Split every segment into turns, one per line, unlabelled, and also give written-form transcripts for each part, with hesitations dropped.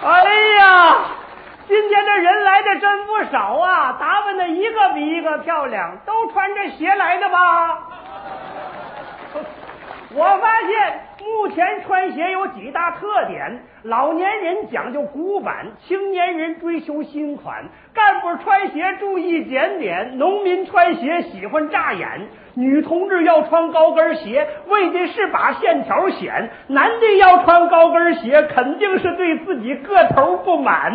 哎呀，今天这人来的真不少啊，打扮的一个比一个漂亮，都穿着鞋来的吧？我发现目前穿鞋有几大特点：老年人讲究古板，青年人追求新款，干部穿鞋注意检点，农民穿鞋喜欢扎眼，女同志要穿高跟鞋，为的是把线条显；男的要穿高跟鞋，肯定是对自己个头不满。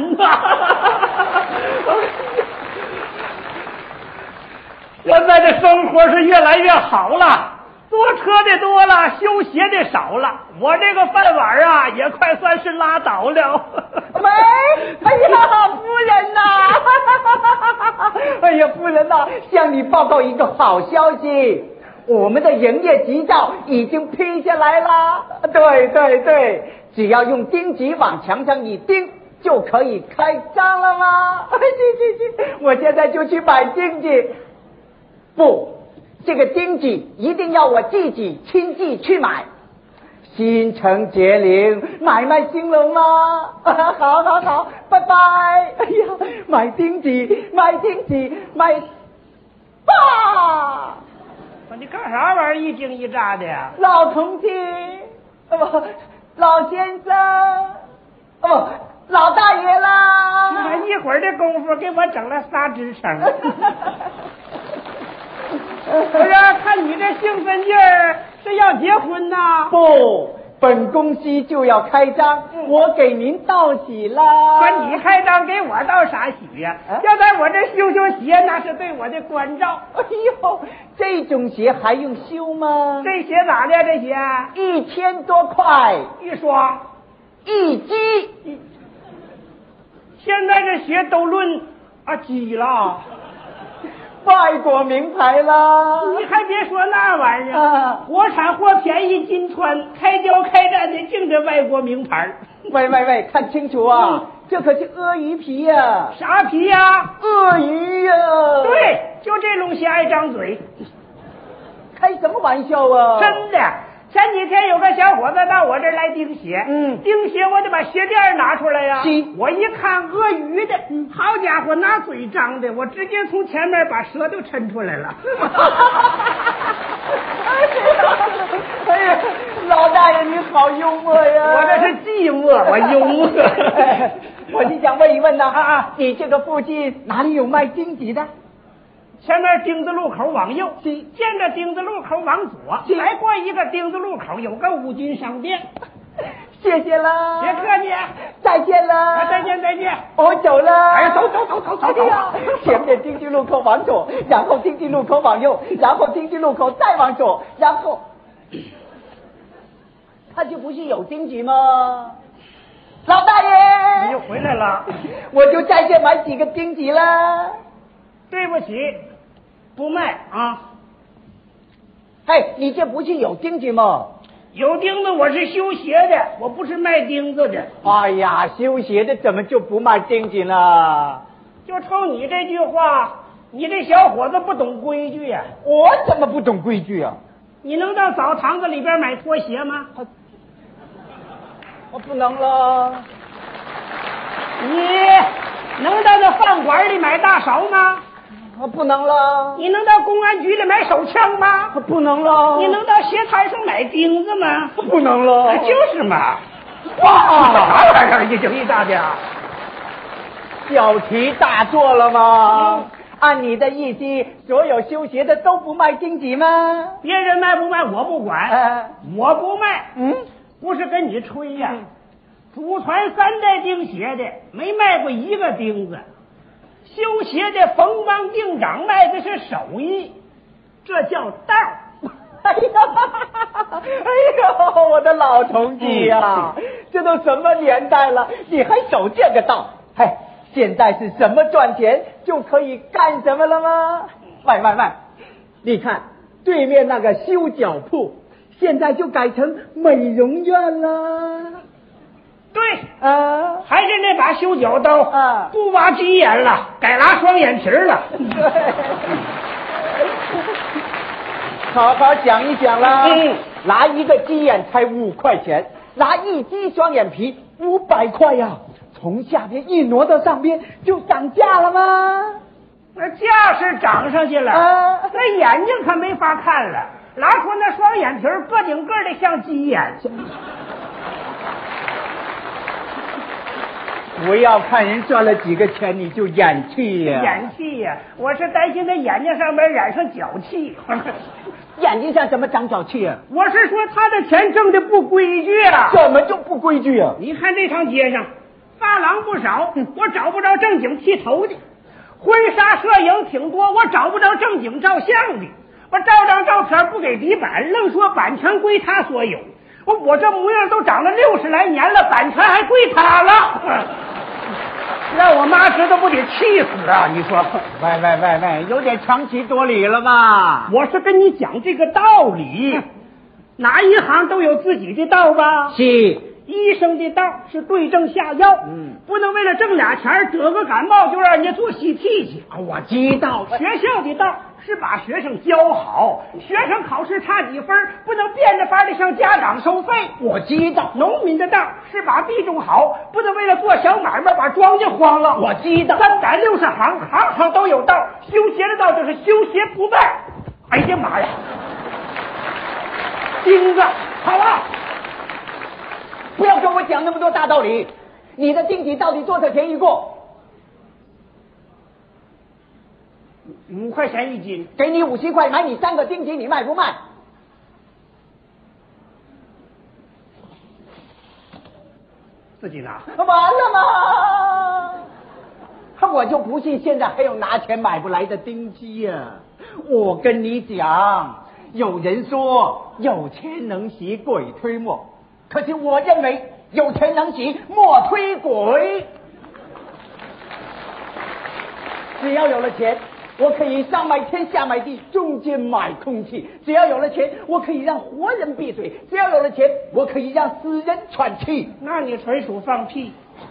现在这生活是越来越好了。坐车的多了，修鞋的少了，我这个饭碗啊也快算是拉倒了。
喂，哎呀，夫人呐、哎呀，夫人呐、向你报告一个好消息，我们的营业执照已经批下来了。对对对，只要用钉子往墙上一钉，就可以开张了吗？去，我现在就去买钉子。不，这个钉子一定要我自己亲自去买。心诚则灵，买卖兴隆吗？好，拜拜。哎呀，买钉子，买爸！
你干啥玩意儿一惊一乍的呀？
老同志，老先生，老大爷啦！
一会儿的功夫给我整了仨支撑。不是，看你这兴奋劲儿，是要结婚呐？
不，本公司就要开张，我给您道喜啦。
说你开张给我道啥喜呀？要在我这修鞋，那是对我的关照。
哎呦，这种鞋还用修吗？
这鞋咋的？这鞋
1000多块
一双，
一只。
现在这鞋都论几了。
外国名牌啦！
你还别说那玩意儿，国产货便宜金穿，开胶开战的净这外国名牌。
喂，看清楚啊，这可是鳄鱼皮呀！
啥皮呀？
鳄鱼呀！
对，就这种鞋爱张嘴。
开什么玩笑啊！
真的。前几天有个小伙子到我这儿来钉鞋，钉鞋我得把鞋垫拿出来呀。我一看鳄鱼的，好家伙，拿嘴张的，我直接从前面把舌头抻出来了。
哎呀，老大爷你好幽默呀！
我这是寂寞，我幽默。
我就想问一问呐，你这个附近哪里有卖钉子的？
前面丁字路口往右，见着丁字路口往左，再过一个丁字路口有个五金商店。
谢谢了，
别客气，
再见了，
再见。
我走了。
哎，走。
前面丁字路口往左，然后丁字路口往右，然后丁字路口再往左，然后他就不是有钉子吗？老大爷，
你又回来了，
我就在这买几个钉子了。
对不起，不卖啊！
嘿，你这不是有钉子吗？
有钉子，我是修鞋的，我不是卖钉子的。
哎呀，修鞋的怎么就不卖钉子呢？
就冲你这句话，你这小伙子不懂规矩呀！
我怎么不懂规矩啊？
你能到澡堂子里边买拖鞋吗？
我不能了。
你能到这饭馆里买大勺吗？
我不能了。
你能到公安局里买手枪吗？
不能了。
你能到鞋摊上买钉子吗？
不能了。
就是嘛。哇，啥玩意儿一惊一乍的？
小题大做了吗？按你的意思，所有修鞋的都不卖钉子吗？
别人卖不卖我不管，我不卖。不是跟你吹呀。祖传3代钉鞋的没卖过一个钉子，修鞋的冯帮定长卖的是手艺，这叫道。
哎呦，我的老同志呀，这都什么年代了，你还守这个道？嘿，现在是什么赚钱就可以干什么了吗？喂，你看对面那个修脚铺，现在就改成美容院了。
对还是那把修脚刀不挖鸡眼了，改拉双眼皮了。
好好想一想啦。拿一个鸡眼才5块钱，拿一只双眼皮500块呀， 从下边一挪到上边就涨价了吗？
那价是涨上去了，那眼睛可没法看了，拉出那双眼皮个顶个的像鸡眼。
不要看人赚了几个钱你就演气呀！
演气呀！我是担心那眼睛上面染上脚气。
眼睛上怎么长脚气啊？
我是说他的钱挣的不规矩啊！
怎么就不规矩啊？
你看这趟街上发廊不少，我找不着正经剃头的；婚纱摄影挺多，我找不着正经照相的。我照张照片不给底板，愣说版权归他所有。我这模样都长了60来年了，版权还归他了。让我妈知道不得气死啊！你说，
喂，有点强词夺理了吧？
我是跟你讲这个道理，哪一行都有自己的道吧？
是。
医生的道是对症下药，不能为了挣俩钱得个感冒就让人家做CT去。
我知道。
学校的道是把学生教好，学生考试差几分不能变着法的向家长收费。
我知道。
农民的道是把地种好，不能为了做小买卖把庄稼荒了。
我知道。
360行，行行都有道，修鞋的道就是修鞋不卖。哎呀妈呀，钉子好啊！
不要跟我讲那么多大道理，你的钉体到底多少钱一个
？5块钱一斤，
给你50块买你3个钉体，你卖不卖？
自己拿。
完了吗？我就不信现在还有拿钱买不来的钉机呀！我跟你讲，有人说有钱能洗鬼推磨，可是我认为有钱能洗磨推鬼。只要有了钱，我可以上买天下买地，中间买空气；只要有了钱，我可以让活人闭嘴；只要有了钱，我可以让死人喘气。
那你纯属放屁！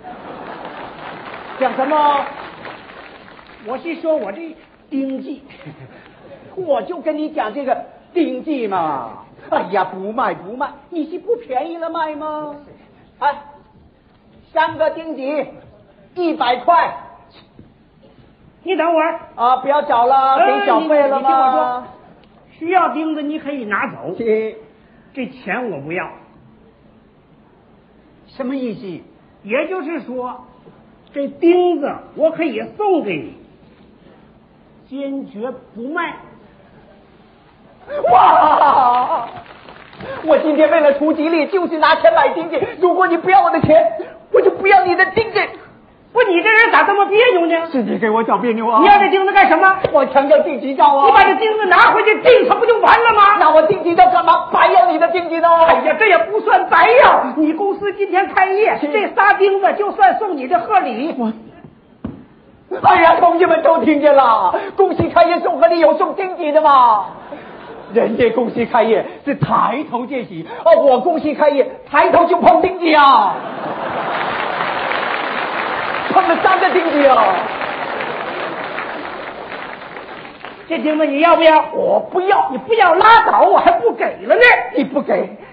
讲什么？
我是说我这钉记，
我就跟你讲这个钉记嘛。哎呀，不卖，你是不便宜了卖吗？哎，3个钉记100块。
你等会儿
啊，不要找了，给小费了吗？
你听我说，需要钉子你可以拿走，这钱我不要。
什么意思？
也就是说，这钉子我可以送给你，坚决不卖。
哇！我今天为了图吉利，就是拿钱买钉子。如果你不要我的钱，我就不要你的钉子。
不，你这人咋这么别扭呢？
是你给我找别扭啊！
你要这钉子干什么？
我强调定级照啊！
你把这钉子拿回去钉它不就完了吗？
那我定级照干嘛？白要你的定级呢？
哎呀，这也不算白要。你公司今天开业，这仨钉子就算送你的贺礼。
哎呀，同志们都听见了，恭喜开业送贺礼有送定级的吗？人家恭喜开业是抬头见喜，我恭喜开业抬头就碰定级啊！碰了3个钉子啊！
这钉子你要不要？
我不要。
你不要拉倒，我还不给了呢。
你不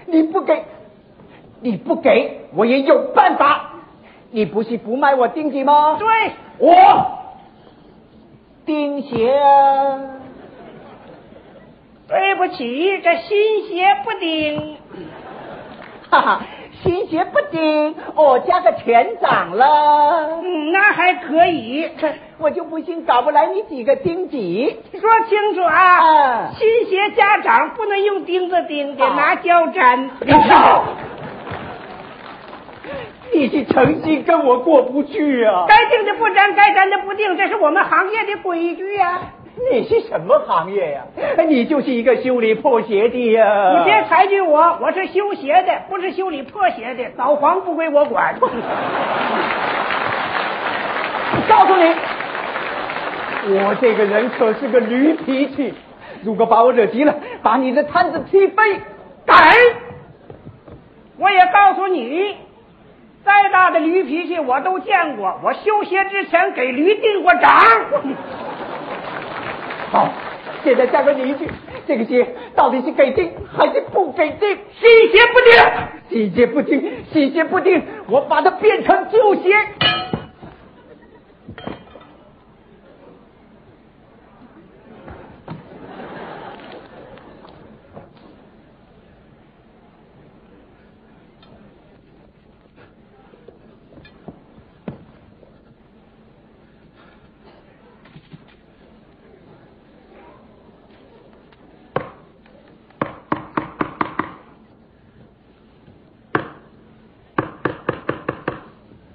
给，我也有办法。你不是不卖我钉子吗？
对，
我钉鞋。
对不起，这新鞋不钉。
哈哈。新鞋不钉，加个钱涨了。
那还可以。
我就不信搞不来你几个钉子。
说清楚啊！新鞋加涨不能用钉子钉，得拿胶粘。
你是诚心跟我过不去啊！
该钉的不粘，该粘的不钉，这是我们行业的规矩啊。
你是什么行业呀？你就是一个修理破鞋的呀！
你别抬举我，我是修鞋的，不是修理破鞋的。导黄不归我管。
告诉你，我这个人可是个驴脾气，如果把我惹急了，把你的摊子踢飞。
敢！我也告诉你，再大的驴脾气我都见过，我修鞋之前给驴定过掌。
好，现在再问你一句，这个鞋到底是给钉还是不给钉？
新鞋不钉，
新鞋不钉，我把它变成旧鞋。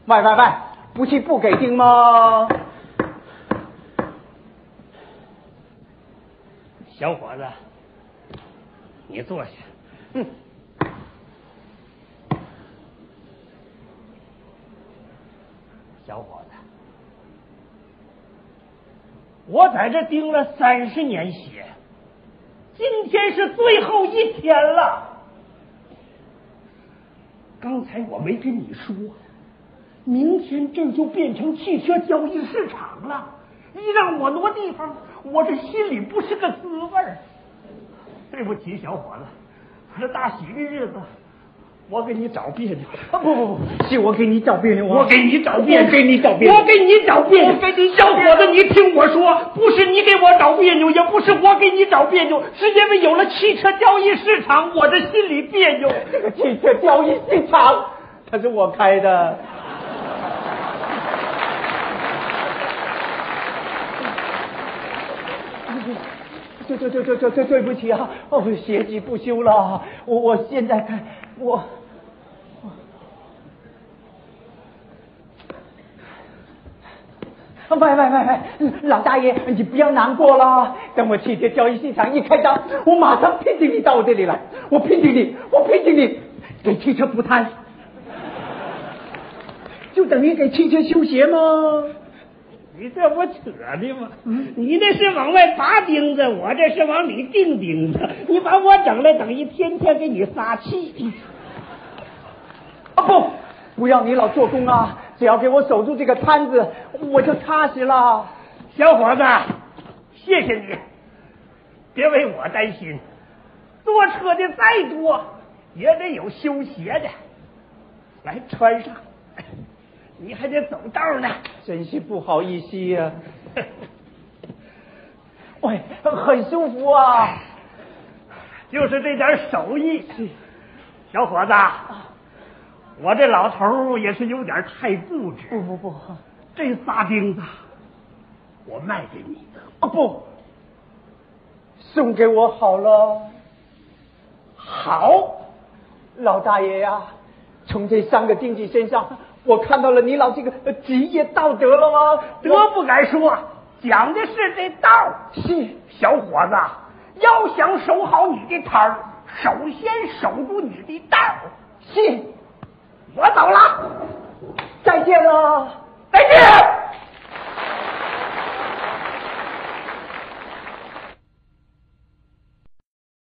喂，不是不给听吗？
小伙子，你坐下。小伙子，我在这盯了30年血，今天是最后一天了。刚才我没跟你说，明天这就变成汽车交易市场了。一让我挪地方，我这心里不是个滋味儿。对不起，小伙子，这大喜的日子，我给你找别扭。
不，是我给你找别扭啊！
我给你找别扭，
我给你找别扭，
我给你找别扭。小伙子，你听我说，不是你给我找别扭，也不是我给你找别扭，是因为有了汽车交易市场，我这心里别扭。
这个汽车交易市场，它是我开的。对不起啊！学习不修了，我现在看我。喂，老大爷，你不要难过了。等我汽车交易市场一开张，我马上聘请你到我这里来。我聘请你给汽车补胎，就等于给汽车修鞋吗？
你这不扯的吗？你那是往外拔钉子，我这是往里钉钉子。你把我整来，等于天天给你撒气。
不要你老做工啊！只要给我守住这个摊子，我就踏实了。
小伙子，谢谢你，别为我担心。坐车的再多，也得有修鞋的，来穿上。你还得走道呢，
真是不好意思呀。喂，很舒服啊，
就是这点手艺。小伙子，我这老头也是有点太固执。
不，
这仨钉子我卖给你。
不，送给我好了。好，老大爷呀，从这3个钉子身上，我看到了你老这个职业道德了吗？
德不敢说，讲的是这道。
是，
小伙子，要想守好你的摊儿，首先守住你的道。
是，
我走了，
再见了，
再见。